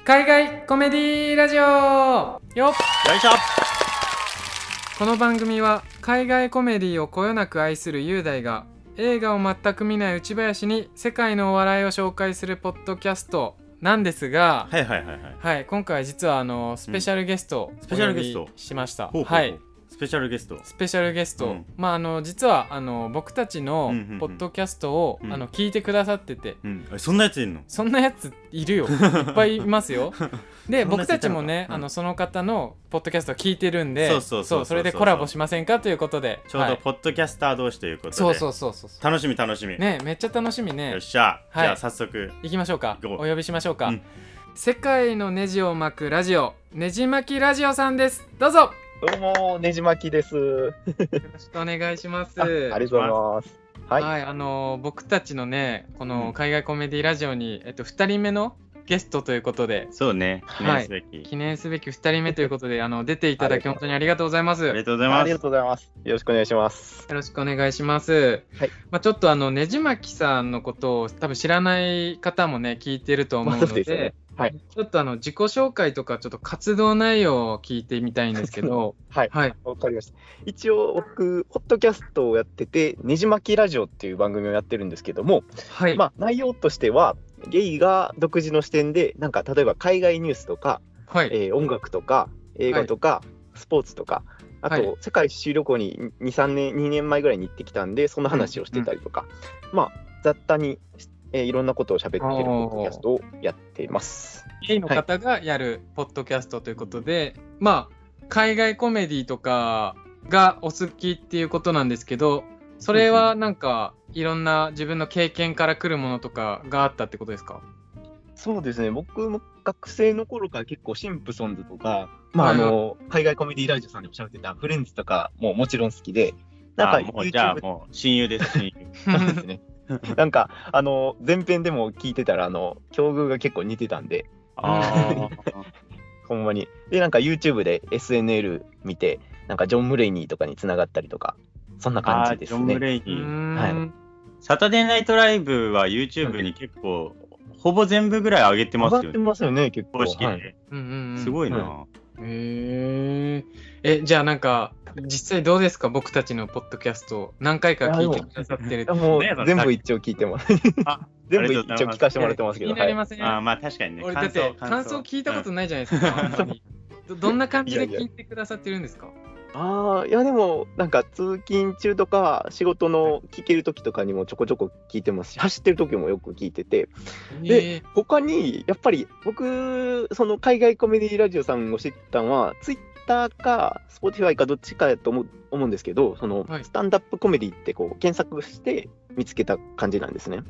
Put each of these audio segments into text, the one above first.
海外コメディラジオよっ。 よいしょ。 この番組は海外コメディをこよなく愛する雄大が映画を全く見ない内林に世界のお笑いを紹介するポッドキャストなんですが、はい、今回は実はスペシャルゲストをお呼びしました。はい。 スペシャルゲスト。 実は僕たちのポッドキャストを、聞いてくださってて、 そんなやついるの？ そんなやついるよ。いっぱいいますよ。で僕たちもね、その方のポッドキャストを聞いてるんで、それでコラボしませんかということで、 ちょうどポッドキャスター同士ということで、 そう楽しみね、めっちゃ楽しみね。 よっしゃ、じゃあ早速行きましょうか。お呼びしましょうか。世界のネジを巻くラジオ、ねじ巻きラジオさんです。どうぞ。 どうも、ねじまきです。よろしくお願いします。 ありがとうございます。 はい、僕たちのね、この海外コメディラジオに、2人目のゲストということで、 そうね、 記念すべき2人目ということで、出ていただき本当にありがとうございます。 ありがとうございます。 ありがとうございます。よろしくお願いします。 よろしくお願いします。はい。ちょっとねじまきさんのことを多分知らない方もね、聞いてると思うので、はい、ちょっと自己紹介とかちょっと活動内容を聞いてみたいんですけど。 はい、わかりました。一応僕ポッドキャストをやってて、ねじまきラジオっていう番組をやってるんですけども、はい、内容としてはゲイが独自の視点でなんか例えば海外ニュースとか、はい、音楽とか映画とか、スポーツとか、あと、世界一周旅行に2年前ぐらいに行ってきたんでそんな話をしてたりとか、雑多にいろんなことを喋ってるポッドキャストをやっています。 ゲイの方がやるポッドキャストということで、海外コメディとかがお好きっていうことなんですけど、それはなんかいろんな自分の経験から来るものとかがあったってことですか？ そうですね、僕も学生の頃から結構シンプソンズとか、海外コメディラジオさんでも喋ってたフレンズとかもちろん好きで、 なんかじゃあもう親友です。 そうですね。なんか前編でも聞いてたら境遇が結構似てたんで、ほんまに。でなんか YouTube で SNL 見てなんかジョン・ムレイニーとかに繋がったりとか、そんな感じですね。 ジョン・ムレイニー。はい。サタデーナイトライブは YouTube に結構、ほぼ全部ぐらい上げてますよね。 上がってますよね、結構。 公式で。すごいな。 じゃあなんか実際どうですか？僕たちのポッドキャスト何回か聞いてくださってる。 もう全部一応聞いてます。全部一応聞かせてもらってますけど。 気になりません？ 確かにね。 俺だって感想聞いたことないじゃないですか。どんな感じで聞いてくださってるんですか？ いやでもなんか通勤中とか仕事の聞ける時とかにもちょこちょこ聞いてますし、走ってる時もよく聞いてて、で他にやっぱり僕その海外コメディラジオさんを知ったのはツイッターかスポティファイかどっちかやと思うんですけど、そのスタンダップコメディってこう検索して見つけた感じなんですね。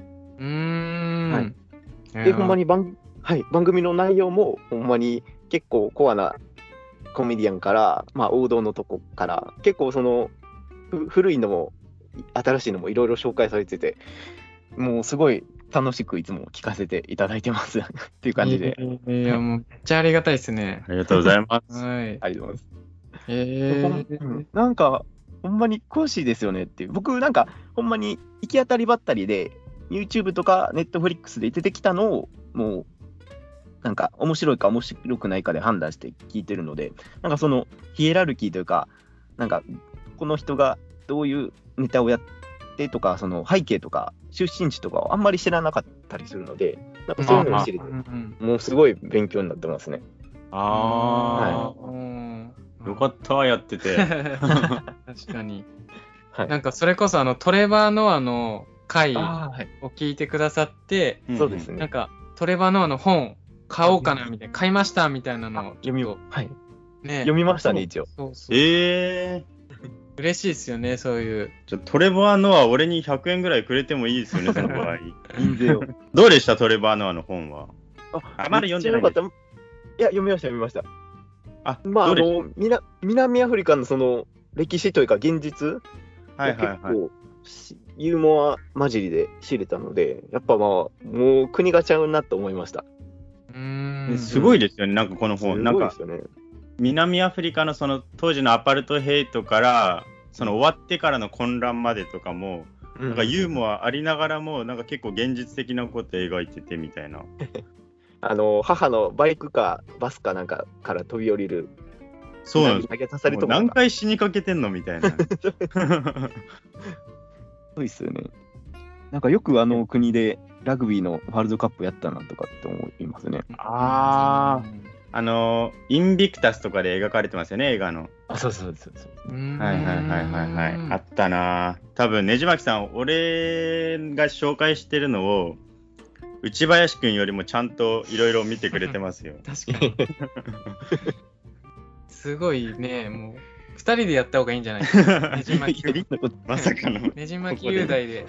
でほんまに番組の内容もほんまに結構コアなコメディアンから、王道のとこから結構その古いのも新しいのもいろいろ紹介されてて、もうすごい楽しくいつも聞かせていただいてますっていう感じで、 いやもうめっちゃありがたいですね。 ありがとうございます。 はい、 ありがとうございます。なんかほんまに詳しいですよねっていう。僕なんかほんまに行き当たりばったりで YouTube とか Netflix で出てきたのをもうなんか面白いか面白くないかで判断して聞いてるので、なんかそのヒエラルキーというか、なんかこの人がどういうネタをやってとか、その背景とか出身地とかをあんまり知らなかったりするので、なんかそういうのを知れて、もうすごい勉強になってますね。 よかったやってて。 確かに。なんかそれこそトレバー・ノアの回を聞いてくださって、 そうですね。 なんかトレバー・ノアの本買おうかなみたいな、買いましたみたいなのを読みましたね、一応。 嬉しいですよね、そういう。 トレバー・ノア俺に100円ぐらいくれてもいいですよね、その場合。どうでしたトレバー・ノアの本は？ まだ読んでない。いや、読みました。南アフリカのその歴史というか現実、結構ユーモア混じりで知れたので、やっぱもう国がちゃうなと思いました。 すごいですよね、なんかこの本。なんか南アフリカのその当時のアパルトヘイトからその終わってからの混乱までとかも、なんかユーモアありながらもなんか結構現実的なこと描いててみたいな。 母のバイクかバスかなんかから飛び降りる。 そうなんです。 投げさせるとこ何回死にかけてんのみたいな。 そうですよね。なんかよく国でラグビーのワールドカップやったなとかって思いますね。 ああ、インビクタスとかで描かれてますよね、映画の。 あ、そうそう。 はい。あったな。多分ねじまきさん、俺が紹介してるのを内林くんよりもちゃんといろいろ見てくれてますよ。 確かに。すごいね、もう2人でやった方がいいんじゃないですか。ねじ巻きまさかのねじ巻き雄大で。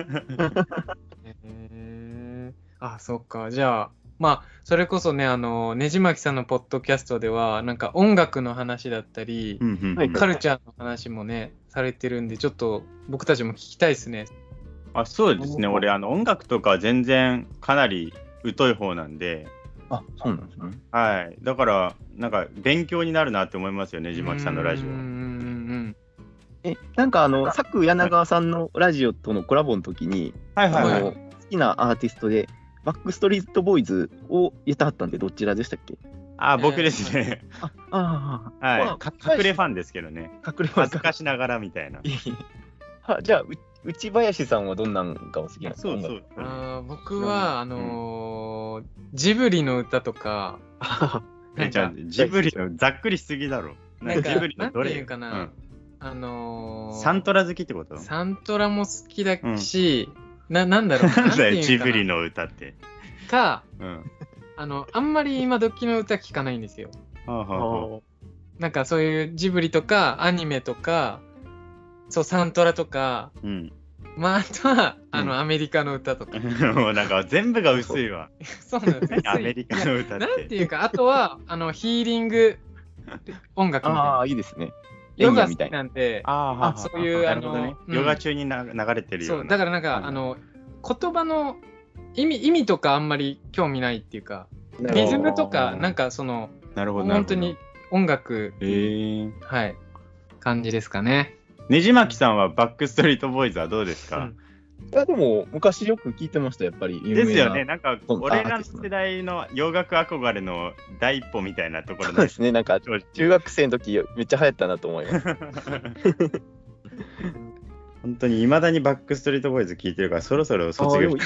あ、そっか。じゃあまあそれこそね、ねじまきさんのポッドキャストではなんか音楽の話だったり、カルチャーの話もねされてるんで、ちょっと僕たちも聞きたいですね。 あ、そうですね。俺音楽とか全然かなり疎い方なんで。 あ、そうなんですね。 はい。だからなんか勉強になるなって思いますよね、じまきさんのラジオ。 なんか佐久柳川さんのラジオとのコラボの時に、好きなアーティストでバックストリートボーイズを言ってはったんで、どちらでしたっけ？ あ、僕ですね。はい。隠れファンですけどね。 隠れファン。 恥ずかしながらみたいな。 じゃあ内林さんはどんなんがお好きなんですか？ 僕はジブリの歌とか。 じゃあジブリのざっくりしすぎだろ。 なんかジブリのどれ？なんていうかな。 サントラ好きってこと？ サントラも好きだし、なんだろう。 なんだよジブリの歌って。 あんまり今時の歌聞かないんですよ。なんかそういうジブリとかアニメとか、そうサントラとか、まああとはアメリカの歌とか。 もうなんか全部が薄いわ。 そうなんです。 アメリカの歌って。 なんていうか、あとはヒーリング音楽みたいな。 ああ、いいですね。 ヨガ好きなんで、そういうヨガ中に流れてるような。 そうだからなんか言葉の意味とかあんまり興味ないっていうか、リズムとかなんか本当に音楽はい感じですかね。 ねじまきさんはバックストリートボーイズはどうですか？ いやでも昔よく聞いてました、やっぱり。 ですよね。なんか俺らの世代の洋楽憧れの第一歩みたいなところそうですね。なんか中学生の時めっちゃ流行ったなと思います。 本当にいまだにバックストリートボーイズ聞いてるから、そろそろ卒業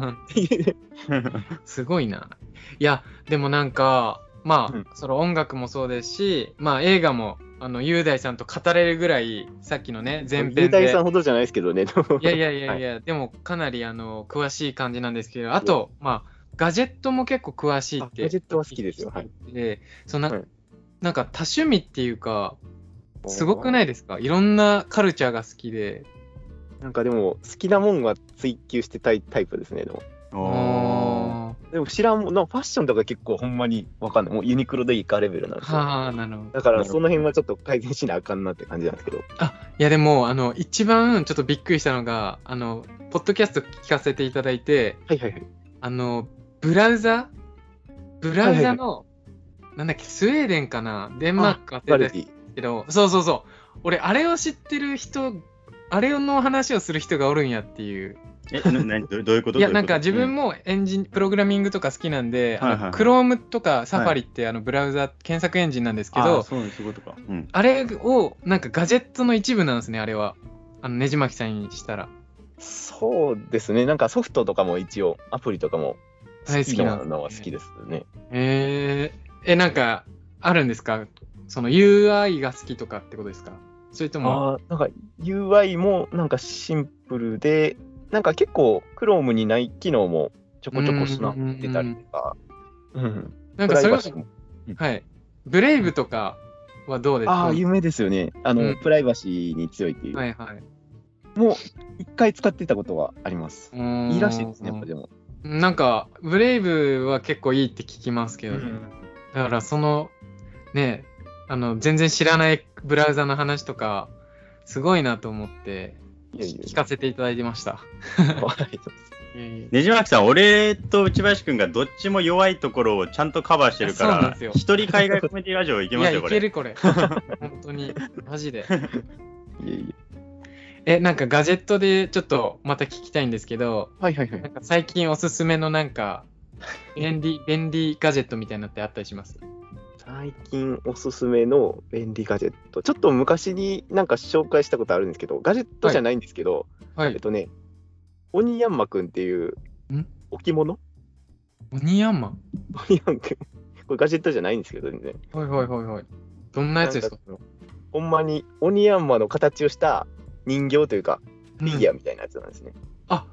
すごいな。いやでもなんかまあ、その音楽もそうですし、まあ映画も雄大さんと語れるぐらい、さっきのね前編で、雄大さんほどじゃないですけどね。 いや、でもかなり詳しい感じなんですけど、あとまあガジェットも結構詳しいって。 ガジェットは好きですよ。はい。 でなんか多趣味っていうかすごくないですか？いろんなカルチャーが好きで。 なんかでも好きなもんは追求してたいタイプですね。でも知らんもん、ファッションとか結構ほんまにわかんない。もうユニクロでいいかレベルなんですよ。 なるほど。 だからその辺はちょっと改善しなあかんなって感じなんですけど。 いやでも一番ちょっとびっくりしたのがポッドキャスト聞かせていただいて、ブラウザのなんだっけ、スウェーデンかなデンマークかって言ったけど、そう俺あれを知ってる人、あれの話をする人がおるんやっていう。 どういうこと？ いやなんか自分もプログラミングとか好きなんで、Chrome とか Safari ってブラウザ検索エンジンなんですけど、あれをなんかガジェットの一部なんですね、あれは。ねじまきさんにしたら。 そうですね。なんかソフトとかも一応アプリとかも好きなのは好きですね。 なんかあるんですか？その UI が好きとかってことですか？それともなんか UI もなんかシンプルで、なんか結構 Chrome にない機能もちょこちょこ備わってたりとか。 なんかそれはブレイブとかはどうですか？ 有名ですよね。プライバシーに強いっていう。もう一回使ってたことはあります。いいらしいですね、やっぱでも。 なんかブレイブは結構いいって聞きますけどね。だからね、全然知らないブラウザの話とかすごいなと思って聞かせていただいてました。 ねじまきさん、俺と内林くんがどっちも弱いところをちゃんとカバーしてるから一人海外コメディラジオいけますよ。 いや、いけるこれ。本当にマジで。なんかガジェットでちょっとまた聞きたいんですけど、なんか最近おすすめのなんか便利ガジェットみたいなのってあったりします？ 最近おすすめの便利ガジェット。ちょっと昔になんか紹介したことあるんですけど、ガジェットじゃないんですけど、 はい。 オニヤンマくんっていう置物オニヤンマ。 オニヤンくん。これガジェットじゃないんですけどね。 はいはいはいはい。どんなやつですか？ ほんまにオニヤンマの形をした人形というか、フィギュアみたいなやつなんですね。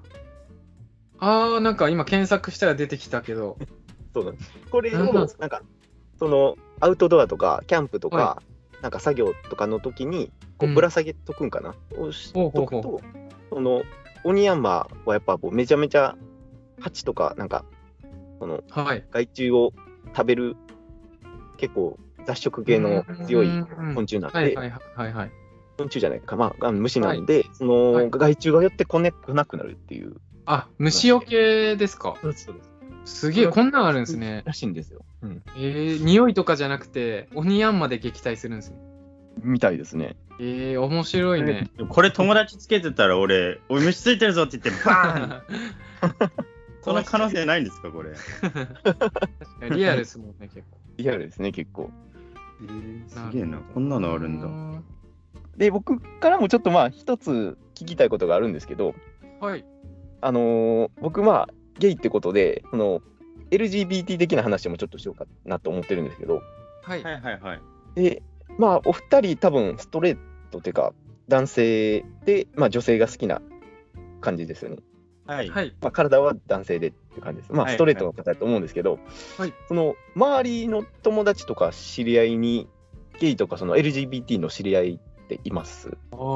なんか今検索したら出てきたけど。 そうなんです。これを、 なんなんすなんか、その、アウトドアとか、キャンプとか、 はなんか作業とかの時に、 うんぶら下げとくんかな、をしほうほうほうとくと、その、オニヤンマはやっぱもうめちゃめちゃ、ハチとか、なんか、その、 はい。 害虫を食べる、結構雑食系の強い昆虫なんで、 はいはいはいはい。 昆虫じゃないか、まあ、虫なんで、その、 はい害虫が寄ってこなくなるっていう。 虫除けですか？ そうです。 すげえ、こんなんあるんですね。 らしいんですよ。 匂いとかじゃなくて、オニヤンマで撃退するんですね。 みたいですね。 面白いね。 これ友達つけてたら俺、おい、虫ついてるぞって言って、バーンその可能性ないんですか、これ。 確かにリアルですもんね、結構。 リアルですね、結構。 すげえな、こんなのあるんだ。 で、僕からもちょっと一つ聞きたいことがあるんですけど、 はい。 僕ゲイってことで、その LGBT 的な話もちょっとしようかなと思ってるんですけど、 はい。 はいはいはい。 で、お二人多分ストレートっていうか、男性で、女性が好きな感じですよね。 はい。 はい。 体は男性でっていう感じです。 はいストレートの方だと思うんですけど、 はいその周りの友達とか知り合いに、ゲイとかその LGBT の知り合いっています？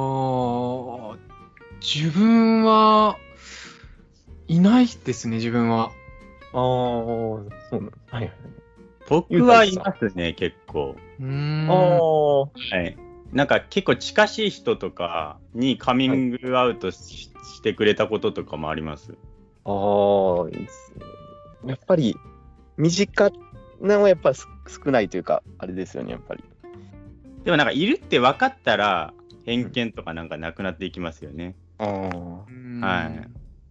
自分はいないですね、自分は。 そうなんです。はい。 僕はいますね、結構。 ははい。なんか結構近しい人とかにカミングアウトしてくれたこととかもあります。 いいですね。やっぱり身近なのはやっぱ少ないというか、あれですよね、やっぱり。 でもなんかいるって分かったら偏見とかなんかなくなっていきますよね。はい。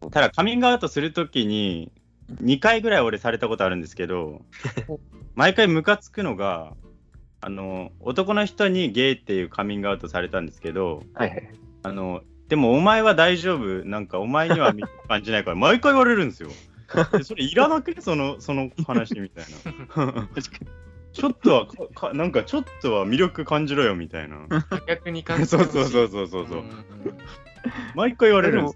ただカミングアウトするときに2回ぐらい俺されたことあるんですけど、毎回ムカつくのが、男の人にゲイっていうカミングアウトされたんですけど、でもお前は大丈夫、なんかお前には感じないから毎回言われるんですよ。でそれいらなくね、その話みたいな。ちょっとはなんかちょっとは魅力感じろよみたいな。 逆に感じそう。毎回言われるんです。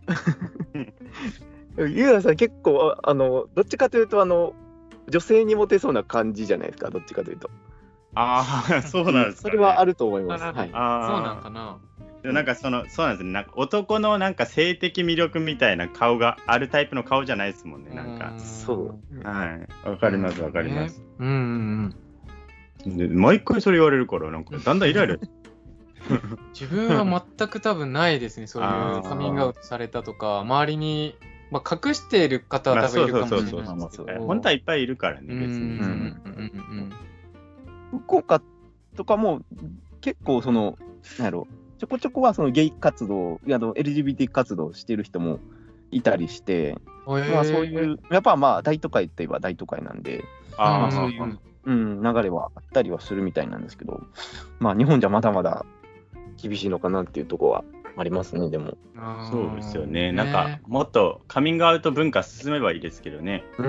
ゆうなさん結構どっちかというと女性にモテそうな感じじゃないですか、どっちかというと。 そうなんですか、ね。 それはあると思います。 そうなんかな。 なんかそうなんですね。なんか男のなんか性的魅力みたいな顔があるタイプの顔じゃないですもんね。なんか。 そう。 はい。わかりますわかります。で毎回それ言われるからなんかだんだんイライラ。 自分は全く多分ないですね。そういうカミングアウトされたとか、周りに隠している方は多分いるかもしれないですけど。 本当はいっぱいいるからね、別に。 福岡とかも結構なんやろ、ちょこちょこはそのゲイ活動、LGBT 活動してる人もいたりして、そういう、やっぱ大都会って言えば大都会なんで、そういう、流れはあったりはするみたいなんですけど、日本じゃまだまだ厳しいのかなっていうところはありますね、でも。 そうですよね。なんか、もっとカミングアウト文化進めばいいですけどね。こ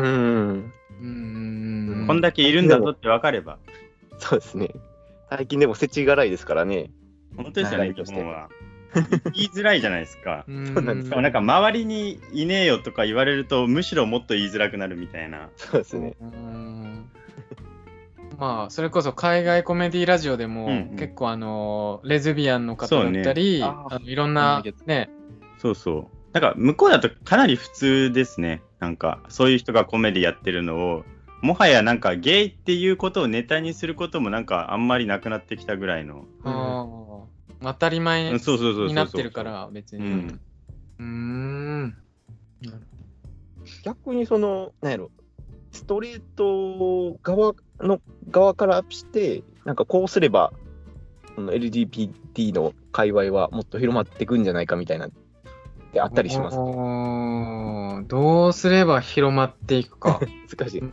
んだけいるんだぞって分かれば。 そうですね。最近でも世知辛いですからね。 本当ですよね、日本は。言いづらいじゃないですか。 そうなんです。 なんか周りにいねえよとか言われると、むしろもっと言いづらくなるみたいな。 そうですね。 それこそ海外コメディラジオでも、結構レズビアンの方だったり、いろんなね。 そうそう。なんか向こうだとかなり普通ですね。なんかそういう人がコメディやってるのを、もはやなんかゲイっていうことをネタにすることもなんかあんまりなくなってきたぐらいの。 当たり前になってるから別に。 逆になんやろ、ストレート側からして、なんかこうすれば、LGBT の界隈はもっと広まっていくんじゃないかみたいなってあったりします。 どうすれば広まっていくか。 難しい。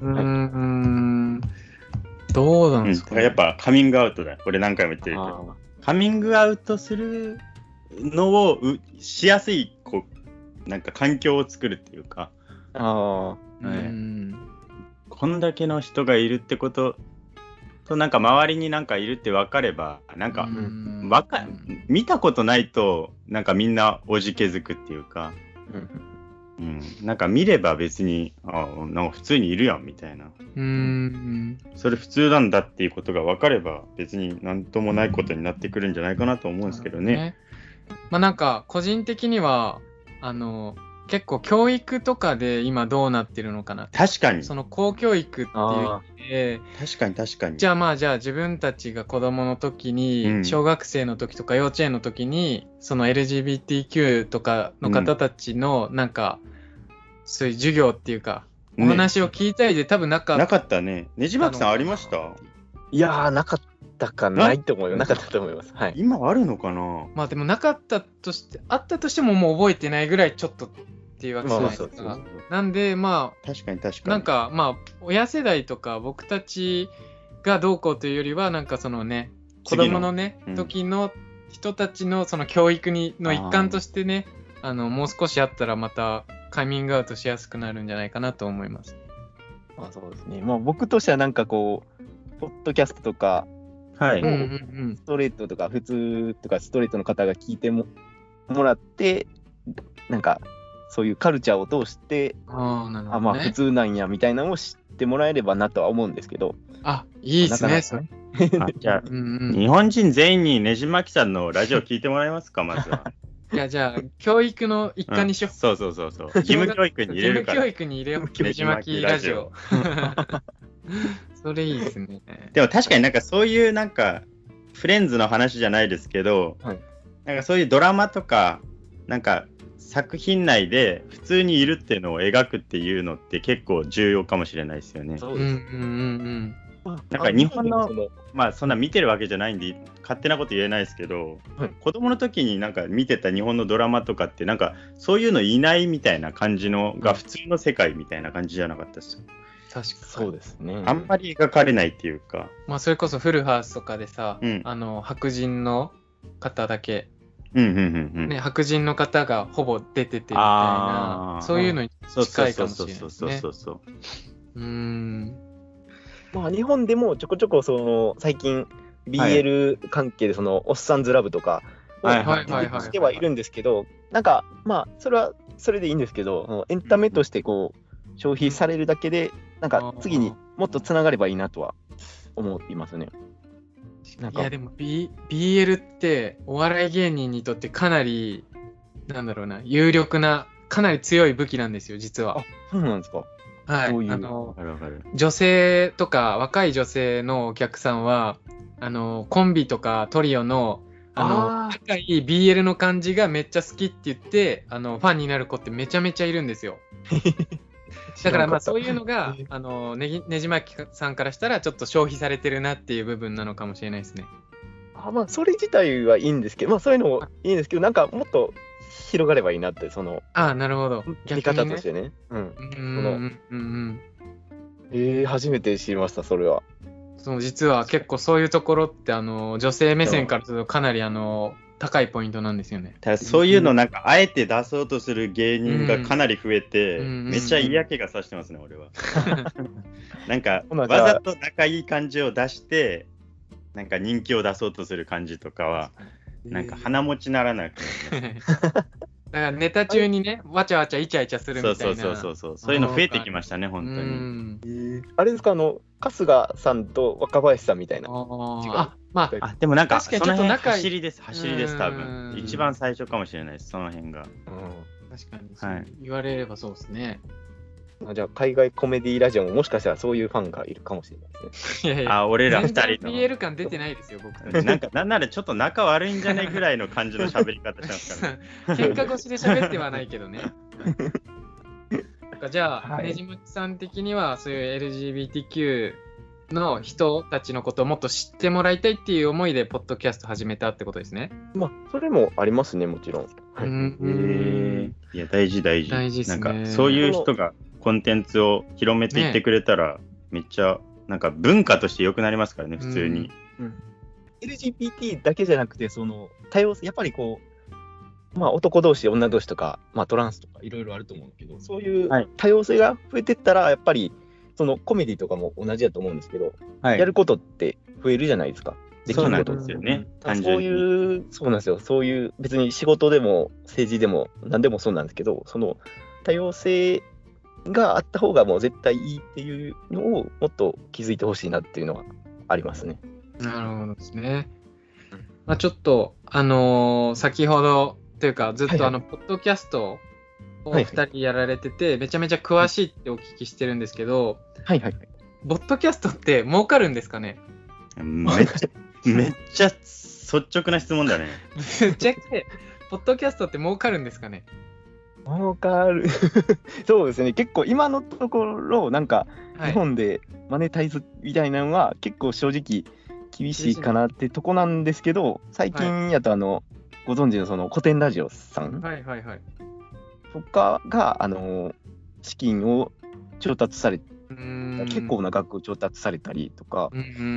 どうなんですか、 やっぱカミングアウトだ。これ何回も言ってるけど。カミングアウトするのをしやすいなんか環境を作るっていうか。こんだけの人がいるってことと、なんか周りになんかいるって分かれば、なんか見たことないとなんかみんなおじけづくっていうか、なんか見れば別になんか普通にいるやんみたいな、それ普通なんだっていうことが分かれば別になんともないことになってくるんじゃないかなと思うんですけどね。 まあなんか個人的には結構教育とかで今どうなってるのかな。 確かに。 その公教育っていう確かに。 じゃあ自分たちが子供の時に、小学生の時とか幼稚園の時にその LGBTQ とかの方たちのなんか、そういう授業っていうか、お話を聞いたりで多分なかったね。ねじまきさんありました？ いやーなかったかないと思います。なかったと思います。はい。 今あるのかな？ まあでもなかったとしてあったとしてももう覚えてないぐらいちょっとっていうわけじゃないですか。なんでまあ確かになんかまあ親世代とか僕たちがどうこうというよりはなんかそのね子供のね時の人たちのその教育の一環としてねもう少しあったらまたカミングアウトしやすくなるんじゃないかなと思います。 そうですね。まあ僕としてはなんかこうポッドキャストとか、ストレートとか普通とかストレートの方が聞いてもらってなんかそういうカルチャーを通してなるほどね、 まあ普通なんやみたいなのを知ってもらえればなとは思うんですけど。 いいですね。 じゃあ、日本人全員にねじまきさんのラジオ聞いてもらえますか、まずは。 じゃあ教育の一環にしよう。 そう。義務教育に入れるから。 義務教育に入れよう。ねじまきラジオ。それいいですね。 でも確かになんかそういうなんかフレンズの話じゃないですけど、なんかそういうドラマとかなんか作品内で普通にいるっていうのを描くっていうのって結構重要かもしれないですよね。 そうです。 なんか日本のまあそんな見てるわけじゃないんで勝手なこと言えないですけど、子供の時になんか見てた日本のドラマとかってなんかそういうのいないみたいな感じのが普通の世界みたいな感じじゃなかったですよ。 確かにそうですね。 あんまり描かれないっていうか、 まあそれこそフルハウスとかでさ、白人の方だけね、白人の方がほぼ出ててみたいな、そういうのに近いかもしれないですね。 まあ日本でもちょこちょこその最近 BL 関係でそのおっさんずラブとかしてはいるんですけど、なんかまあそれはそれでいいんですけど、エンタメとしてこう消費されるだけでなんか次にもっとつながればいいなとは思いますね。 いやでも、BL ってお笑い芸人にとってかなりなんだろうな有力なかなり強い武器なんですよ実は。 そうなんですか。 はい。女性とか若い女性のお客さんはコンビとかトリオの高い BL の感じがめっちゃ好きって言ってファンになる子ってめちゃめちゃいるんですよ。だからまあそういうのがねじまきさんからしたらちょっと消費されてるなっていう部分なのかもしれないですね。 まあそれ自体はいいんですけど、まあそういうのもいいんですけど、なんかもっと広がればいいなってそのなるほど見方としてね。初めて知りましたそれは。 実は結構そういうところって女性目線からするとかなり高いポイントなんですよね。 そういうのなんかあえて出そうとする芸人がかなり増えて、めっちゃ嫌気がさしてますね俺は。なんかわざと仲いい感じを出してなんか人気を出そうとする感じとかはなんか鼻持ちならなくて、 だからネタ中にねわちゃわちゃイチャイチャするみたいな。 そういうの増えてきましたね本当に。 あれですか春日さんと若林さんみたいな。 でもなんかその辺走りです多分一番最初かもしれないですその辺が。 確かに、言われればそうですね。 じゃあ海外コメディラジオももしかしたらそういうファンがいるかもしれないですね。 俺ら2人の BL 感出てないですよ僕なんかなんならちょっと仲悪いんじゃねぐらいの感じの喋り方しますからね。 喧嘩越しで喋ってはないけどね。じゃあ、ねじまきさん的にはそういう LGBTQ の人たちのことをもっと知ってもらいたいっていう思いでポッドキャスト始めたってことですね。 まあそれもありますねもちろん。 いや、大事大事。 大事っすね。 なんか、そういう人がコンテンツを広めていってくれたら、めっちゃ、なんか文化として良くなりますからね、普通に。 LGBT だけじゃなくて、その多様性、やっぱりこう、まあ、男同士、女同士とか、まあ、トランスとかいろいろあると思うんだけど、そういう多様性が増えてったら、やっぱりそのコメディとかも同じだと思うんですけど、 はい、 やることって増えるじゃないですか。 そうなんですよね。 そうなんですよ。そういう別に仕事でも政治でも何でもそうなんですけど、その多様性があった方がもう絶対いいっていうのをもっと気づいてほしいなっていうのはありますね。 なるほどですね。まあ、ちょっと先ほどというかずっとポッドキャストを2人やられてて、めちゃめちゃ詳しいってお聞きしてるんですけど、 はいはい。 ポッドキャストって儲かるんですかね？ めっちゃ率直な質問だね。 ぶっちゃけポッドキャストって儲かるんですかね？ 儲かるそうですね。結構今のところなんか日本でマネタイズみたいなのは結構正直厳しいかなってとこなんですけど、最近やとご存知のその古典ラジオさんとかが資金を調達されて、結構な額を調達されたりとか、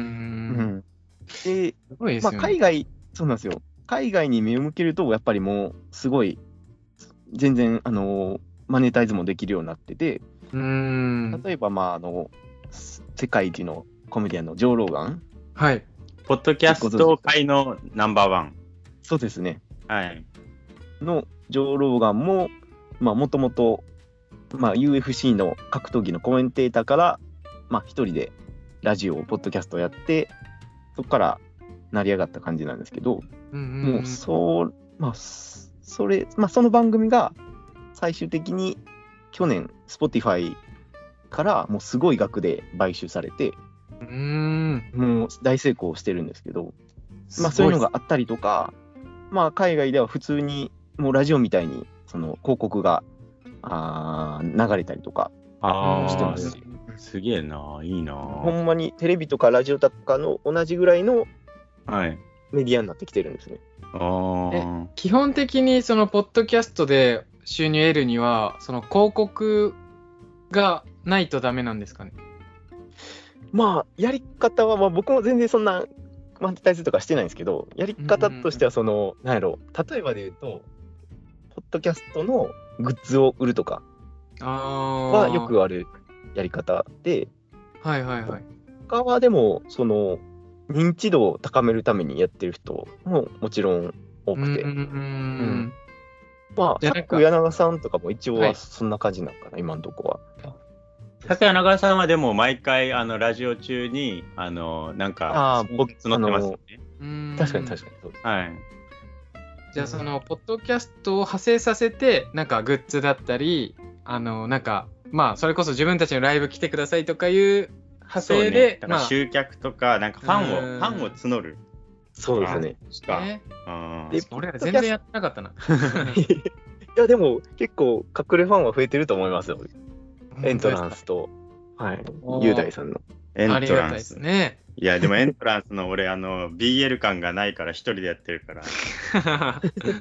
で、まあ、海外、そうなんですよ。海外に目を向けると、やっぱりもうすごい全然マネタイズもできるようになってて、例えばまあ世界一のコメディアンのジョー・ローガン、 はい、 ポッドキャスト界のナンバーワン。 そうですね。 はい。 のジョー・ローガンも、まあもともと、まあ UFC の格闘技のコメンテーターから、まあ一人でラジオ、ポッドキャストをやって、そこから成り上がった感じなんですけど、もうまあその番組が最終的に去年 Spotify からもうすごい額で買収されて、もう大成功してるんですけど、まあそういうのがあったりとか、まあ海外では普通にもうラジオみたいにその広告が流れたりとかしてますし。 すげえな、いいな。 ほんまにテレビとかラジオとかの同じぐらいのメディアになってきてるんですね。 基本的にそのポッドキャストで収入を得るにはその広告がないとダメなんですかね？ まあやり方は、まあ、僕も全然そんなマネタイズとかしてないんですけど、やり方としてはその、なんやろ、例えばで言うとポッドキャストのグッズを売るとかはよくあるやり方で、他はでもその認知度を高めるためにやってる人ももちろん多くて、まあさっき柳川さんとかも一応はそんな感じなのかな、今のとこは。 さっき柳川さんはでも毎回ラジオ中になんか募ってますよね。 確かにそうです。 はい。 じゃあそのポッドキャストを派生させてなんかグッズだったりなんかまあそれこそ自分たちのライブ来てくださいとかいう派生で、 だから集客とかなんかファンを募る。 そうですね。 俺ら全然やってなかったな。 いやでも結構隠れファンは増えてると思いますよ。エントランスと雄大さんのエントランス。 ありがたいですね。 いやでもエントランスの俺BL 感がないから一人でやってるから。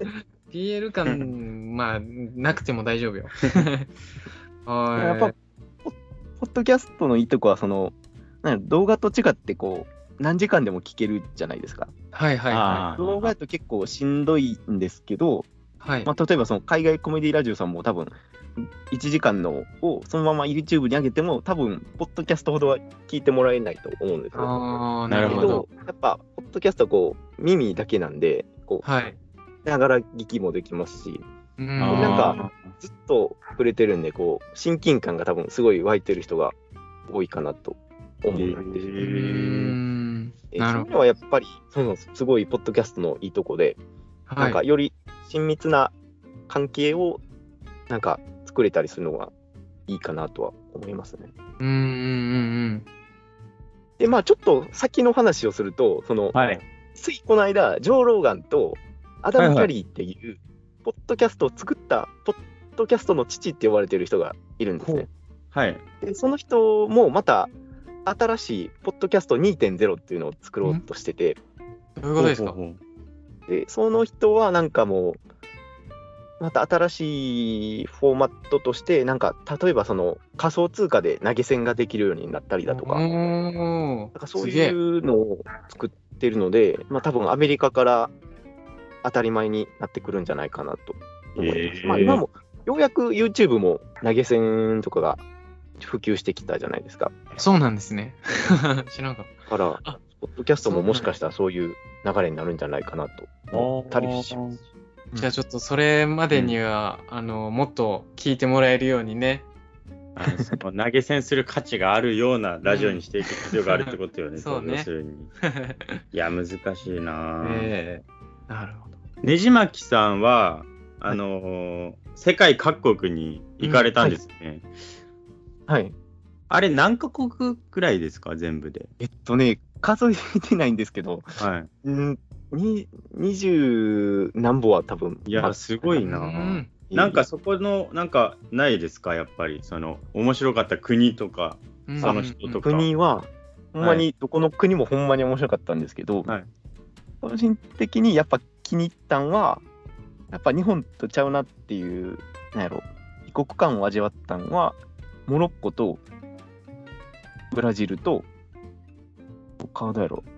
BL 感まあなくても大丈夫よ。 やっぱポッドキャストのいいとこはその動画と違ってこう何時間でも聞けるじゃないですか。動画だと結構しんどいんですけど、まあ、例えばその海外コメディラジオさんも多分1時間のをそのまま YouTube に上げても多分ポッドキャストほどは聞いてもらえないと思うんですよ。 なるほど。 やっぱポッドキャストはこう耳だけなんでこうながら聞きもできますし、なんかずっと触れてるんでこう親近感が多分すごい湧いてる人が多いかなと思うんですよ。そういうのはやっぱりすごいポッドキャストのいいとこで、なんかより親密な関係をなんか作れたりするのがいいかなとは思いますね。でまあちょっと先の話をするとついこの間ジョー・ローガンとアダム・キャリーっていうポッドキャストを作ったポッドキャストの父って呼ばれてる人がいるんですね。でその人もまた新しいポッドキャスト 2.0 っていうのを作ろうとしてて。 どういうことですか？ でその人はなんかもうまた新しいフォーマットとして、なんか例えばその仮想通貨で投げ銭ができるようになったりだとか、なんかそういうのを作ってるので、まあ多分アメリカから当たり前になってくるんじゃないかなと思います。まあ今もようやく YouTube も投げ銭とかが普及してきたじゃないですか。 そうなんですね。知らなかった。 だから、ポッドキャストももしかしたらそういう流れになるんじゃないかなと思ったりします。 じゃあちょっとそれまでには、もっと聞いてもらえるようにね。 その投げ銭する価値があるようなラジオにしていく必要があるってことよね。 そうね。 要するに。いや、難しいな。 なるほど。 ねじまきさんは、世界各国に行かれたんですね。 はい。 あれ何カ国ぐらいですか、全部で。 数えてないんですけど、 はい。 20何歩は多分。 いや、すごいな。なんかそこの、なんかないですか、やっぱり。その、面白かった国とか、その人とか。 国は、ほんまに、どこの国もほんまに面白かったんですけど、個人的にやっぱ気に入ったんは、やっぱ日本とちゃうなっていう、なんやろ、異国感を味わったんは、モロッコとブラジルと、どうやろ、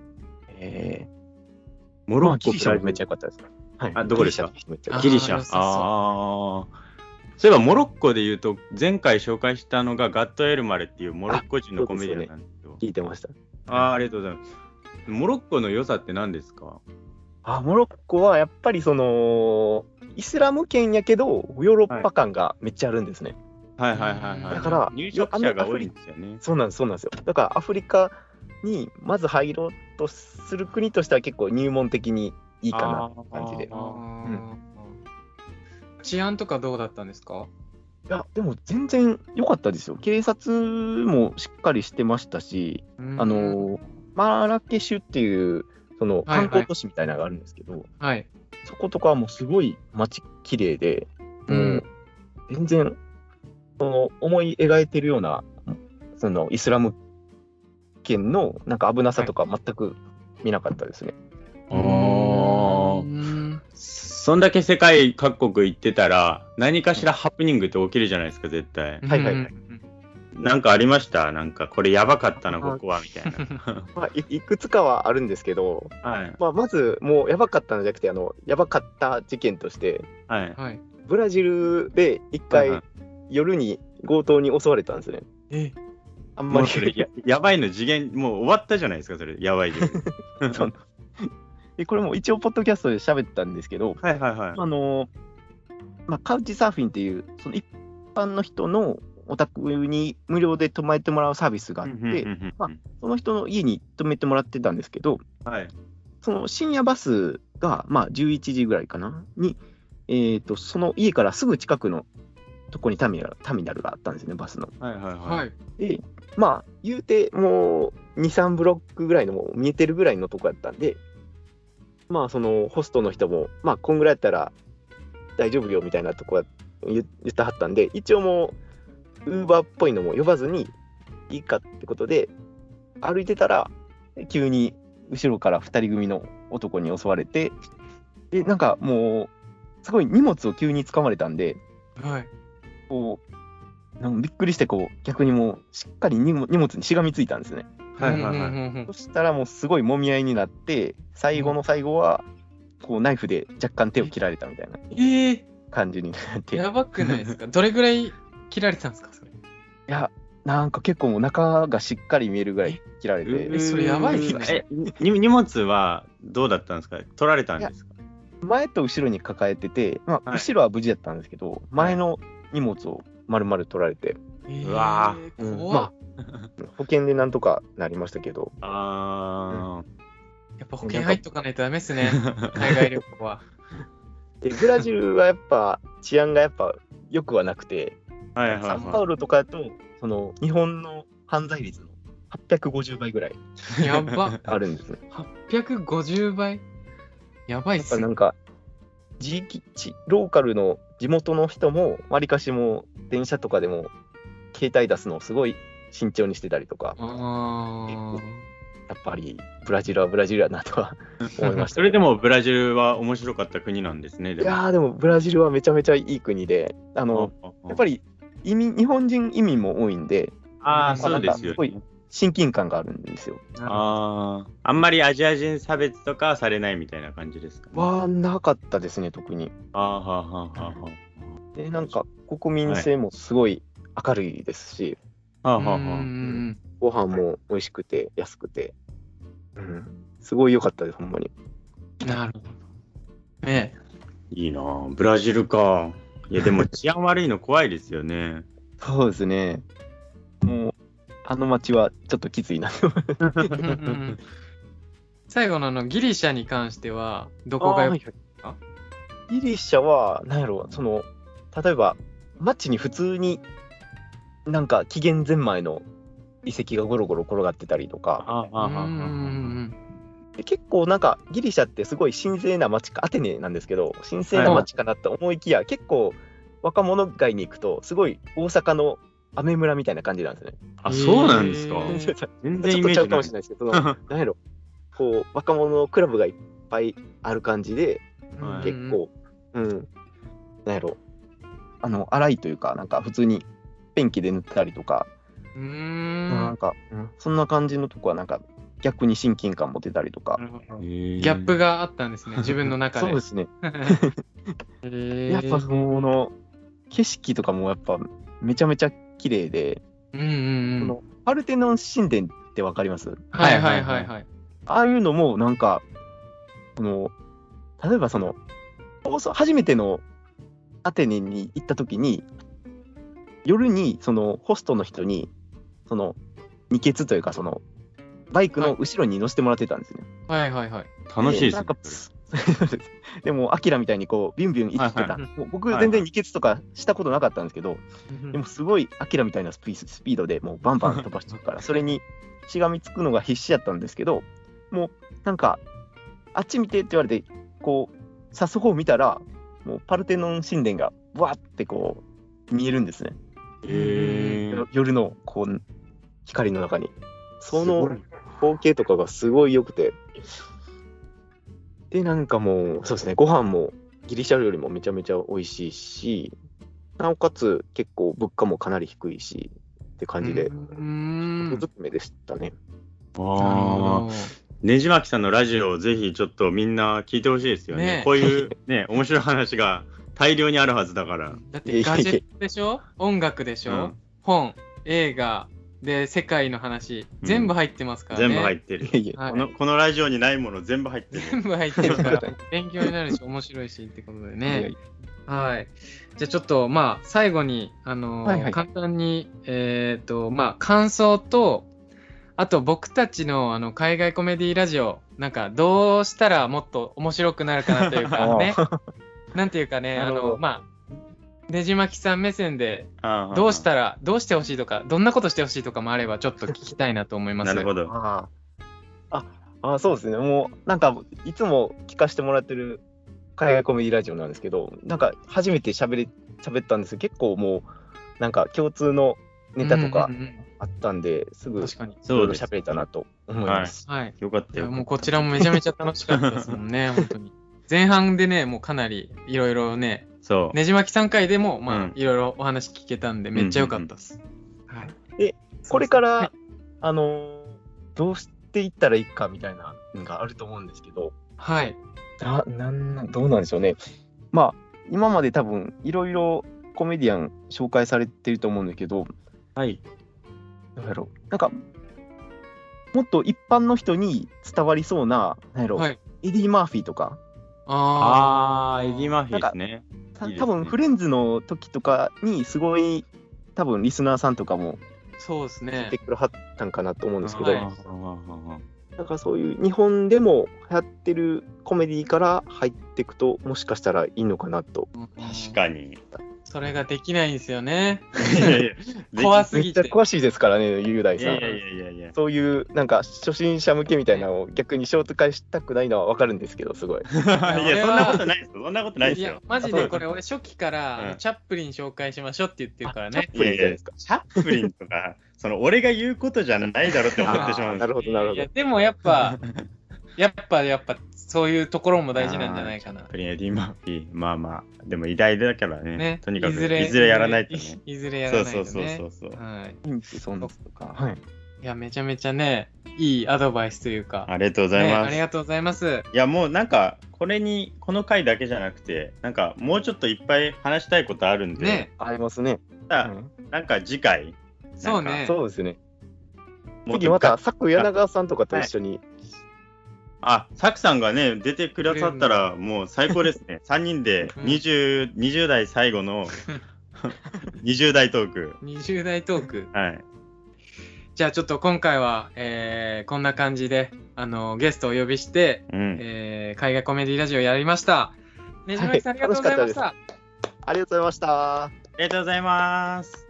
モロッコ、 ギリシャもめっちゃ良かったです。 はい。どこでした？ ギリシャ。 そういえばモロッコで言うと、前回紹介したのがガットエルマレっていうモロッコ人のコメディアンなんですよ。 聞いてました。 ありがとうございます。モロッコの良さって何ですか？ モロッコはやっぱりそのイスラム圏やけどヨーロッパ感がめっちゃあるんですね。 だから入植者が多いんですよね。 そうなんですよ。だからアフリカにまず入ろうとする国としては結構入門的にいいかなって感じで。 治安とかどうだったんですか？ いやでも全然良かったですよ。警察もしっかりしてましたし、マラケシュっていうその観光都市みたいなのがあるんですけど、そことかはもうすごい街綺麗で、全然その思い描いてるようなそのイスラム圏のなんか危なさとか全く見なかったですね。 そんだけ世界各国行ってたら何かしらハプニングって起きるじゃないですか、絶対。なんかありました？なんかこれやばかったなここはみたいな。 いくつかはあるんですけど、まずもうやばかったのじゃなくてやばかった事件として、ブラジルで一回夜に強盗に襲われたんですね。あんまりやばいの次元もう終わったじゃないですか、それやばいで。 これも一応ポッドキャストで喋ったんですけど、カウチサーフィンっていうその一般の人のお宅に無料で泊まってもらうサービスがあって、その人の家に泊めてもらってたんですけど、その深夜バスが、11時ぐらいかなに、その家からすぐ近くのとこにターミナルがあったんですね、バスの。で、言うてもう2、3ブロックぐらいのもう見えてるぐらいのとこやったんで、そのホストの人も、こんぐらいやったら大丈夫よみたいなとこは言ってはったんで、一応もう、ウーバーっぽいのも呼ばずにいいかってことで、歩いてたら、急に後ろから2人組の男に襲われて、で、なんかもう、すごい荷物を急に掴まれたんで、こう、なんかびっくりして、こう、逆にもう、しっかり荷物にしがみついたんですね。そしたらもうすごい揉み合いになって、最後の最後はこうナイフで若干手を切られたみたいな感じになって。 やばくないですか？どれぐらい切られたんですか、それ？ いや、なんか結構もう中がしっかり見えるぐらい切られて。 それやばいですね。 荷物はどうだったんですか？取られたんですか？ 前と後ろに抱えてて、後ろは無事だったんですけど、前の荷物を丸々取られて。 うわ怖っ。 保険でなんとかなりましたけど。 やっぱ保険入っとかないとダメですね、海外旅行は。 ブラジルはやっぱ治安がやっぱ良くはなくて、サンパウロとかだとその日本の犯罪率の850倍ぐらいやばあるんですね。 850倍やばいっすね。 なんかローカルの地元の人もわりかしも電車とかでも携帯出すのをすごい慎重にしてたりとか。 やっぱりブラジルはブラジルやなとは思いました。 それでもブラジルは面白かった国なんですね。 いやーでもブラジルはめちゃめちゃいい国で、やっぱり日本人移民も多いんで、 そうですよ、ね。 すごい親近感があるんですよ。 あんまりアジア人差別とかされないみたいな感じですか、ね？ はなかったですね、特に。で、なんか国民性もすごい明るいですし、ご飯も美味しくて安くて、すごい良かったです、ほんまに。 なるほど。ねいいなぁ、ブラジルか。いや、でも治安悪いの怖いですよね。 そうですね。もう、あの街はちょっときついな。 最後のギリシャに関しては、どこが良かったですか？ ギリシャは、なんやろ、例えば、街に普通に、なんか紀元前前の遺跡がゴロゴロ転がってたりとか、結構なんかギリシャってすごい神聖な街か、アテネなんですけど、神聖な街かなと思いきや、結構若者街に行くと、すごい大阪のアメ村みたいな感じなんですね。 そうなんですか。 全然イメージない。ちょっとちゃうかもしれないですけど、なんやろ、こう若者のクラブがいっぱいある感じで、結構、なんやろ、荒いというか、なんか普通にペンキで塗ったりとか、なんか、そんな感じのとこはなんか逆に親近感持てたりとか。 ギャップがあったんですね、自分の中で。 そうですね。やっぱ景色とかもやっぱめちゃめちゃ綺麗で、パルテノン神殿ってわかります？ はいはいはいはい。 ああいうのもなんか、例えば初めてのアテネに行った時に、夜にホストの人に二血というかバイクの後ろに乗せてもらってたんですね。 はいはいはい。 楽しいですね。 でもアキラみたいにこうビュンビュン行ってた。僕全然二血とかしたことなかったんですけど、でもすごいアキラみたいなスピードでもうバンバン飛ばしてるから、それにしがみつくのが必死やったんですけど、もうなんかあっち見てって言われてこう指す方を見たら、もうパルテノン神殿がわーってこう見えるんですね。夜のこう光の中に、その光景とかがすごい良くて、でなんかもうそうですね、ご飯もギリシャよりもめちゃめちゃ美味しいし、なおかつ結構物価もかなり低いしって感じで、おずくめでしたね。 ねじまきさんのラジオをぜひちょっとみんな聞いてほしいですよね。こういうね面白い話が大量にあるはずだから。 だってガジェットでしょ、音楽でしょ、本、映画で世界の話、全部入ってますからね。 全部入ってる。このラジオにないもの全部入ってる。 全部入ってるから勉強になるし面白いしってことでね。はい。じゃあちょっと最後に簡単に感想と、あと僕たちの海外コメディラジオ、なんかどうしたらもっと面白くなるかなというかね。なんていうかね、ねじまきさん目線でどうしてほしいとか、どんなことしてほしいとかもあればちょっと聞きたいなと思います。 なるほど。 そうですね。もうなんかいつも聞かせてもらってる海外コメディラジオなんですけど、なんか初めて喋ったんですけど、結構もうなんか共通のネタとかあったんで、すぐいろいろ喋れたなと思います。 はい。 よかったよ。 もうこちらもめちゃめちゃ楽しかったですもんね、本当に。前半でね、もうかなりいろいろね、ねじまき3回でもいろいろお話聞けたんでめっちゃ良かったです。 で、これからどうしていったらいいかみたいなのがあると思うんですけど、 はい。 どうなんでしょうね。今まで多分いろいろコメディアン紹介されてると思うんだけど、 はい。 どうやろう。なんかもっと一般の人に伝わりそうな、エディ・マーフィーとか。 エディ・マーフィーですね。 多分フレンズの時とかにすごい多分リスナーさんとかも聞いてくれはったんかなと思うんですけど、なんかそういう日本でも流行ってるコメディから入っていくともしかしたらいいのかなと。 確かに。 それができないんですよね。 いやいや怖すぎて。 めっちゃ詳しいですからね、雄大さん。 いやいやいやいや。 そういうなんか初心者向けみたいなのを逆に紹介したくないのはわかるんですけど、すごい。 いや、そんなことないですよ。そんなことないですよ。 マジでこれ俺初期からうんチャップリン紹介しましょうって言ってるからね。 いやいや、チャップリンとか、俺が言うことじゃないだろって思ってしまうんです。 なるほど、なるほど。 いやでもやっぱそういうところも大事なんじゃないかな。 チャップリン、エディ・マーフィー、まあまあ、でも偉大だからね。とにかく、いずれれやらないとね。 いずれやらないとね。 そう。 はい。 そうですか。はい。 いや、めちゃめちゃね、いいアドバイスというか。 ありがとうございます。 ありがとうございます。 いや、もうなんか、この回だけじゃなくて、なんか、もうちょっといっぱい話したいことあるんで。 ね、ありますね。 なんか次回。 そうね。 そうですね。次また、サク柳川さんとかと一緒に。 サクさんがね、出てくださったら、もう最高ですね。3人で20代最後の20代トーク。 20代トーク。 はい。 じゃあちょっと今回は、こんな感じで、ゲストをお呼びして、海外コメディラジオやりました。ねじまきさん、ありがとうございました。 ありがとうございました。 ありがとうございます。